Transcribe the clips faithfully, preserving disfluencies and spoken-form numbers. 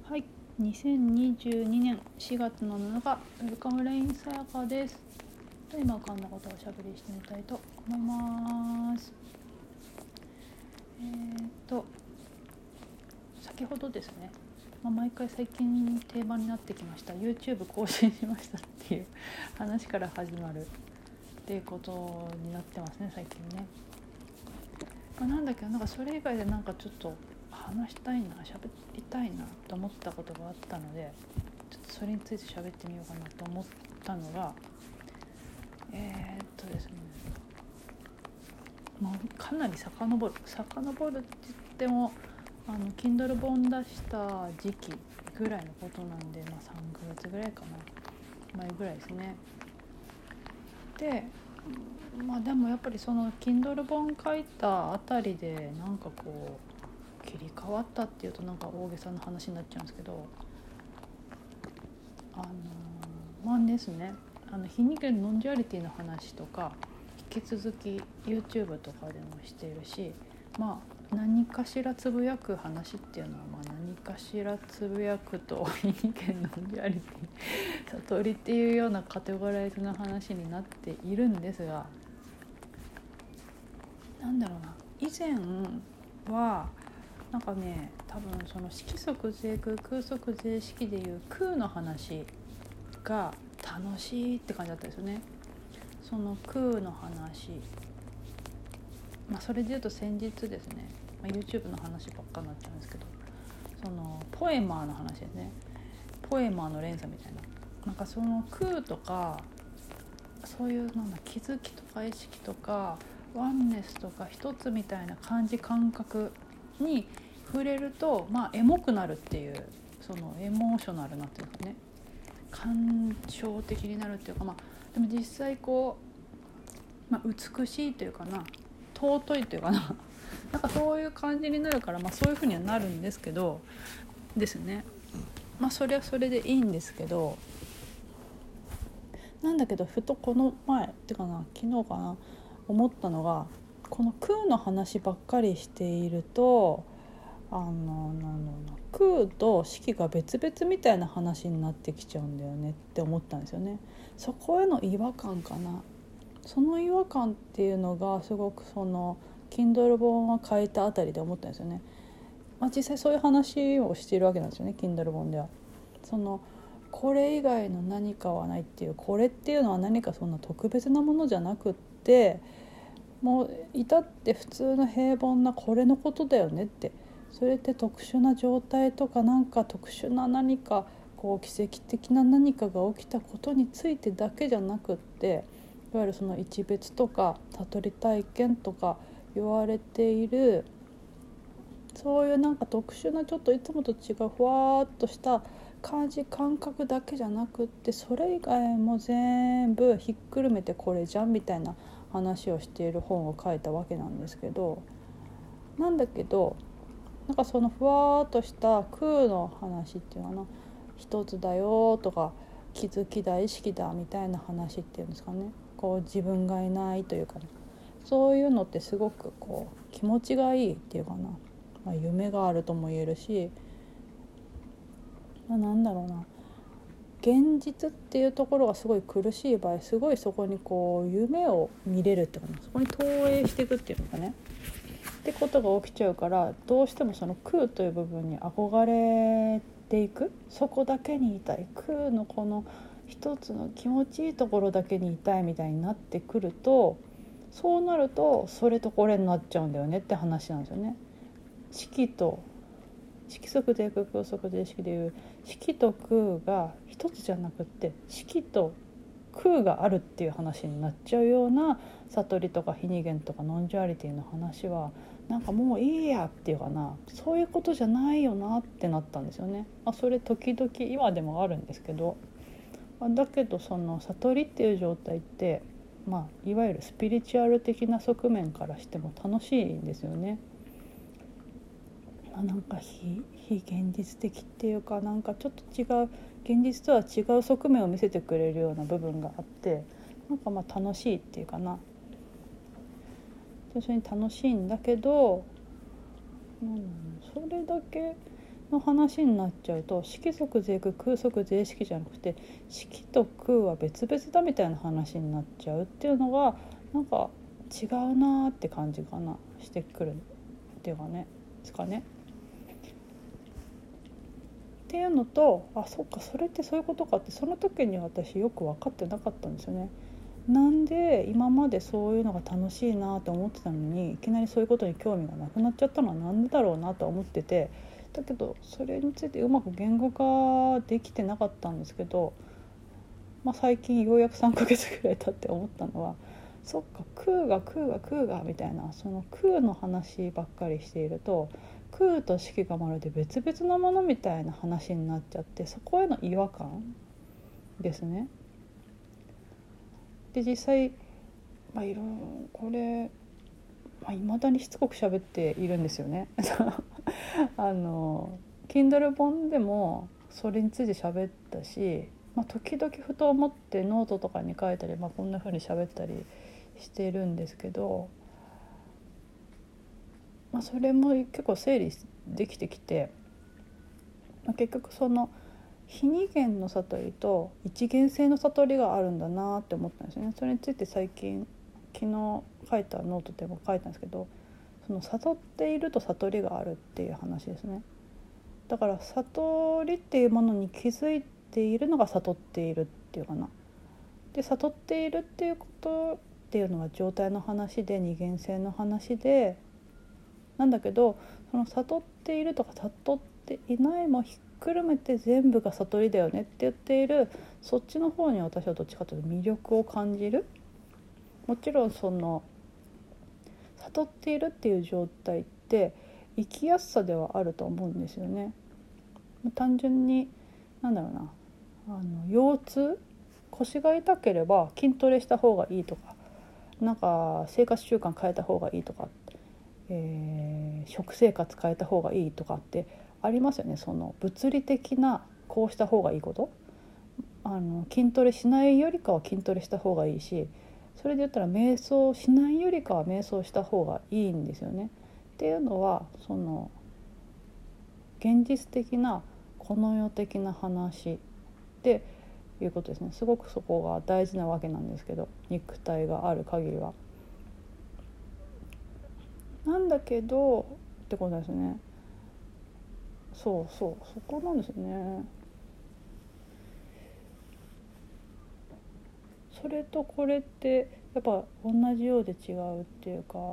はい、にせんにじゅうにねんしがつのなのか、ウェルカムレインさやかです。今浮かんだことをおしゃべりしてみたいと思います。えーと先ほどですね、まあ、毎回最近定番になってきました YouTube 更新しましたっていう話から始まるっていうことになってますね、最近ね。まあ、なんだけどなんかそれ以外でなんかちょっと話したいな、喋りたいなと思ったことがあったので、ちょっとそれについて喋ってみようかなと思ったのが、えー、っとですねもうかなり遡る遡るって言ってもあの Kindle 本出した時期ぐらいのことなんで、まあ、さんかげつぐらいかな前ぐらいですね。でまあでもやっぱりその Kindle 本書いたあたりでなんかこう切り替わったっていうとなんか大げさな話になっちゃうんですけど、あのまあですね、あの非二元ノンジュアリティの話とか引き続き YouTube とかでもしているし、まあ何かしらつぶやく話っていうのは、まあ何かしらつぶやくと非二元ノンジュアリティ悟りっていうようなカテゴライズな話になっているんですが、なんだろうな、以前はなんかね、多分その色即是空空即是色でいう空の話が楽しいって感じだったんですよね。その空の話、まあ、それでいうと先日ですね、まあ、YouTube の話ばっかになっちゃうんですけど、そのポエマーの話ですね。ポエマーの連鎖みたいな、なんかその空とかそういうなんだ気づきとか意識とかワンネスとか一つみたいな感じ感覚に触れると、まあエモくなるっていう、そのエモーショナルなっていうかね、感情的になるっていうか、まあでも実際こう、まあ、美しいというかな、尊いというかななんかそういう感じになるから、まあそういう風にはなるんですけどですね。まあそれはそれでいいんですけど、なんだけどふとこの前ってかな昨日かな思ったのが、この空の話ばっかりしているとあのなんだろうな、空と色が別々みたいな話になってきちゃうんだよねって思ったんですよね。そこへの違和感かな。その違和感っていうのがすごくその Kindle 本を書いたあたりで思ったんですよね。まあ、実際そういう話をしているわけなんですよね、 Kindle 本では。そのこれ以外の何かはないっていう、これっていうのは何かそんな特別なものじゃなくって、もう至って普通の平凡なこれのことだよねって、それって特殊な状態とかなんか特殊な何かこう奇跡的な何かが起きたことについてだけじゃなくって、いわゆるその一別とか悟り体験とか言われている、そういうなんか特殊なちょっといつもと違うふわーっとした感じ感覚だけじゃなくって、それ以外も全部ひっくるめてこれじゃんみたいな話をしている本を書いたわけなんですけど、なんだけどなんかそのふわーっとした空の話っていうのかな、一つだよとか気づきだ意識だみたいな話っていうんですかね、こう自分がいないというかね、そういうのってすごくこう気持ちがいいっていうかな、まあ、夢があるとも言えるし、まあ、なんだろうな、現実っていうところがすごい苦しい場合、すごいそこにこう夢を見れるっていうかな、そこに投影していくっていうのかねってことが起きちゃうから、どうしてもその空という部分に憧れていく、そこだけにいたい、空のこの一つの気持ちいいところだけにいたいみたいになってくると、そうなるとそれとこれになっちゃうんだよねって話なんですよね。色と色即是空空即是色でいう色と空が一つじゃなくって色と空があるっていう話になっちゃうような悟りとか非二元とかノンジュアリティの話はなんかもういいやっていうかな、そういうことじゃないよなってなったんですよね。まあ、それ時々今でもあるんですけど、だけどその悟りっていう状態って、まあ、いわゆるスピリチュアル的な側面からしても楽しいんですよね。なんか非、非現実的っていうか、なんかちょっと違う現実とは違う側面を見せてくれるような部分があって、なんかまあ楽しいっていうかな、非常に楽しいんだけど、うん、それだけの話になっちゃうと、色即是空、空即是色じゃなくて、色と空は別々だみたいな話になっちゃうっていうのがなんか違うなって感じかなしてくるっていうかねですかね。っていうのと、あ、そっか、それってそういうことかって、その時に私よく分かってなかったんですよね。なんで今までそういうのが楽しいなと思ってたのに、いきなりそういうことに興味がなくなっちゃったのはなんでだろうなと思ってて、だけどそれについてうまく言語化できてなかったんですけど、まあ、最近ようやくさんかげつぐらい経って思ったのは、そっか、空が空が空がみたいな、その空の話ばっかりしていると、空と色がまるで別々のものみたいな話になっちゃって、そこへの違和感ですね。で実際、まあ、いろこれ、まあ、未だにしつこく喋っているんですよねあの Kindle 本でもそれについて喋ったし、まあ、時々ふと思ってノートとかに書いたり、まあ、こんな風に喋ったりしてるんですけど、まあ、それも結構整理できてきて、まあ、結局その非二元の悟りと一元性の悟りがあるんだなって思ったんですよね。それについて最近昨日書いたノートでも書いたんですけど、その悟っていると悟りがあるっていう話ですね。だから悟りっていうものに気づいているのが悟っているっていうかな。で悟っているっていうことっていうのは状態の話で二元性の話でなんだけど、その悟っているとか悟っていないもひっくるめて全部が悟りだよねって言っている、そっちの方に私はどっちかというと魅力を感じる。もちろんその悟っているっていう状態って生きやすさではあると思うんですよね。単純になんだろうな、あの腰痛、腰が痛ければ筋トレした方がいいとか、なんか生活習慣変えた方がいいとか、えー、食生活変えた方がいいとかってありますよね。その物理的なこうした方がいいこと、あの筋トレしないよりかは筋トレした方がいいし、それで言ったら瞑想しないよりかは瞑想した方がいいんですよね。っていうのはその現実的なこの世的な話っていうことですね。すごくそこが大事なわけなんですけど、肉体がある限りは。なんだけどってことですね。そうそうそこなんですよね。それとこれってやっぱ同じようで違うっていうか、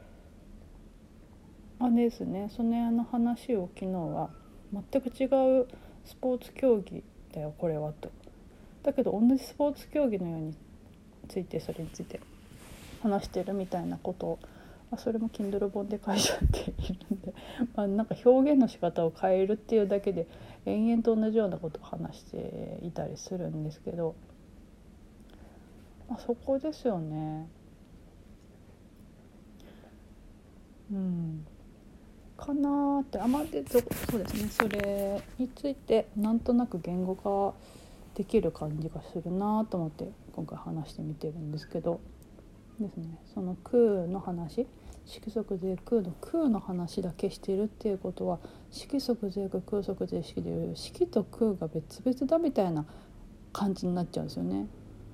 あれですね、そのの話を昨日は全く違うスポーツ競技だよこれはと、だけど同じスポーツ競技のようについてそれについて話してるみたいなことを、まあ、それも Kindle 本で書いちゃっているんで、まあ、なんか表現の仕方を変えるっていうだけで延々と同じようなことを話していたりするんですけど、まあ、そこですよね。うんかなって、あまりそうですね、それについてなんとなく言語化できる感じがするなと思って今回話してみてるんですけどですね。その空の話、色即是空の空の話だけしてるっていうことは、色即是空、空即是色でいう色と空が別々だみたいな感じになっちゃうんですよね。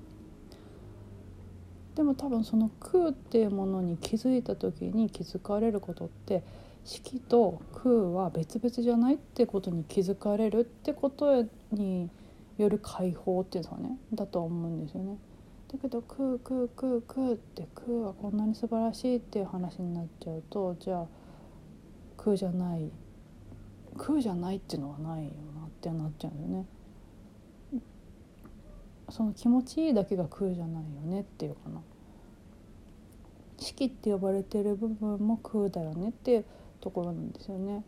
でも多分その空っていうものに気づいた時に気づかれることって、色と空は別々じゃないってことに気づかれるってことによる解放っていうんですかね、だと思うんですよね。だけど空空空空って空はこんなに素晴らしいっていう話になっちゃうと、じゃあ空じゃない空じゃないっていうのはないよなってなっちゃうんだよね。その気持ちいいだけが空じゃないよねっていうかな、色って呼ばれてる部分も空だよねっていうところなんですよね。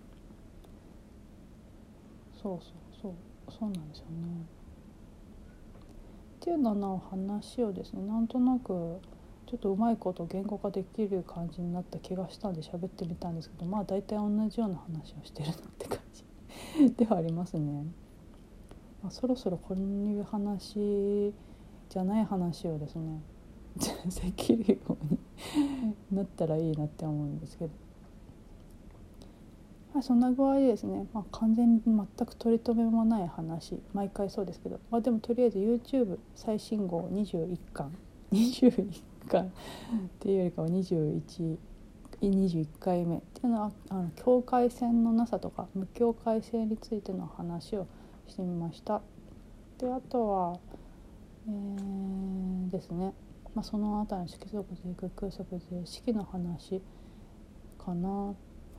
そうそうそうそうなんですよね。っていうのの話をですね、なんとなくちょっとうまいこと言語化できる感じになった気がしたんで喋ってみたんですけど、まあ大体同じような話をしてるなって感じではありますね。まあ、そろそろこういう話じゃない話をですねできるようになったらいいなって思うんですけど、 まあ、そんな具合でですね、まあ、完全に全く取り留めもない話毎回そうですけど、まあ、でもとりあえず YouTube 最新号にじゅういっかんにじゅういっかんっていうよりかはにじゅういち、にじゅういっかいめっていうのはあの境界線のなさとか無境界線についての話をしてみました。であとは、えー、ですね、まあ、そのあたりの色即是空空即是色の話かな。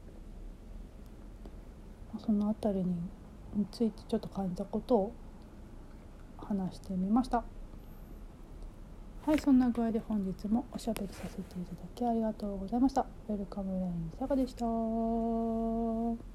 そのあたりについてちょっと感じたことを話してみました。はい、そんな具合で本日もおしゃべりさせていただきありがとうございました。ウェルカムレインさやかでした。